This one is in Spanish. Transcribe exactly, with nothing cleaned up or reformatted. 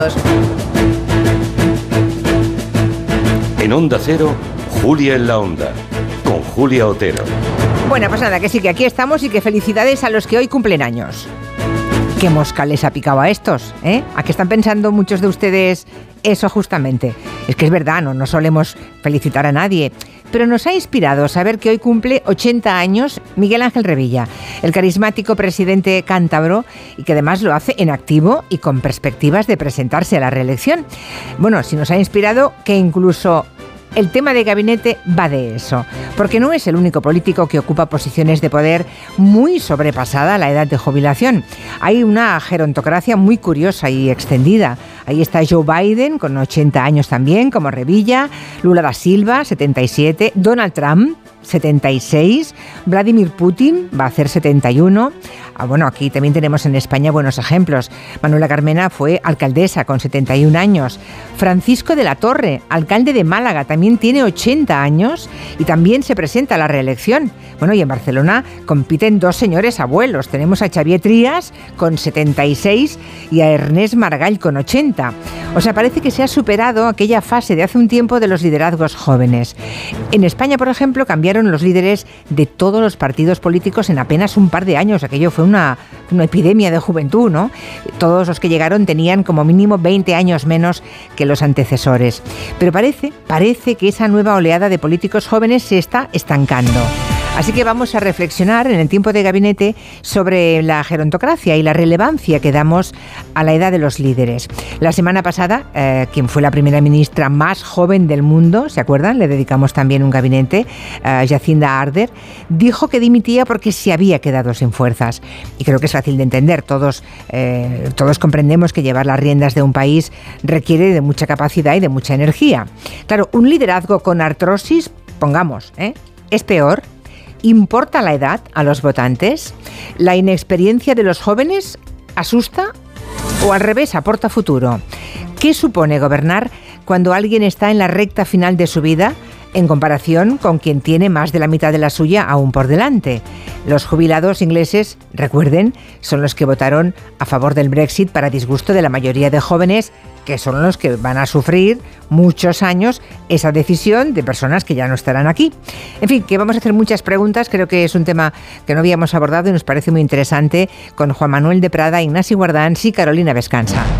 En Onda Cero, Julia en la Onda, con Julia Otero. Bueno, pues nada, que sí, que aquí estamos y que felicidades a los que hoy cumplen años. ¿Qué mosca les ha picado a estos? ¿Eh? ¿A qué están pensando muchos de ustedes eso justamente? Es que es verdad, no, no solemos felicitar a nadie, pero nos ha inspirado saber que hoy cumple ochenta años Miguel Ángel Revilla, el carismático presidente cántabro, y que además lo hace en activo y con perspectivas de presentarse a la reelección. Bueno, si nos ha inspirado que incluso el tema de gabinete va de eso, porque no es el único político que ocupa posiciones de poder muy sobrepasada la edad de jubilación. Hay una gerontocracia muy curiosa y extendida. Ahí está Joe Biden, con ochenta años también, como Revilla, Lula da Silva, setenta y siete, Donald Trump, setenta y seis, Vladimir Putin va a hacer setenta y uno. Ah, bueno, aquí también tenemos en España buenos ejemplos. Manuela Carmena fue alcaldesa con setenta y un años. Francisco de la Torre, alcalde de Málaga, también tiene ochenta años y también se presenta a la reelección. Bueno, y en Barcelona compiten dos señores abuelos. Tenemos a Xavier Trias con setenta y seis y a Ernest Maragall con ochenta. O sea, parece que se ha superado aquella fase de hace un tiempo de los liderazgos jóvenes. En España, por ejemplo, cambiaron los líderes de todos los partidos políticos en apenas un par de años. Aquello fue una, una epidemia de juventud, ¿no? Todos los que llegaron tenían como mínimo veinte años menos que los antecesores. Pero parece, parece que esa nueva oleada de políticos jóvenes se está estancando. Así que vamos a reflexionar en el tiempo de gabinete sobre la gerontocracia y la relevancia que damos a la edad de los líderes. La semana pasada, eh, quien fue la primera ministra más joven del mundo, ¿se acuerdan? Le dedicamos también un gabinete, eh, Jacinda Ardern, dijo que dimitía porque se había quedado sin fuerzas. Y creo que es fácil de entender. Todos, eh, todos comprendemos que llevar las riendas de un país requiere de mucha capacidad y de mucha energía. Claro, un liderazgo con artrosis, pongamos, ¿eh? ¿es peor? ¿Importa la edad a los votantes? ¿La inexperiencia de los jóvenes asusta o al revés aporta futuro? ¿Qué supone gobernar cuando alguien está en la recta final de su vida en comparación con quien tiene más de la mitad de la suya aún por delante? Los jubilados ingleses, recuerden, son los que votaron a favor del Brexit para disgusto de la mayoría de jóvenes, que son los que van a sufrir muchos años esa decisión de personas que ya no estarán aquí. En fin, que vamos a hacer muchas preguntas. Creo que es un tema que no habíamos abordado y nos parece muy interesante, con Juan Manuel de Prada, Ignasi Guardans y Carolina Vescanza.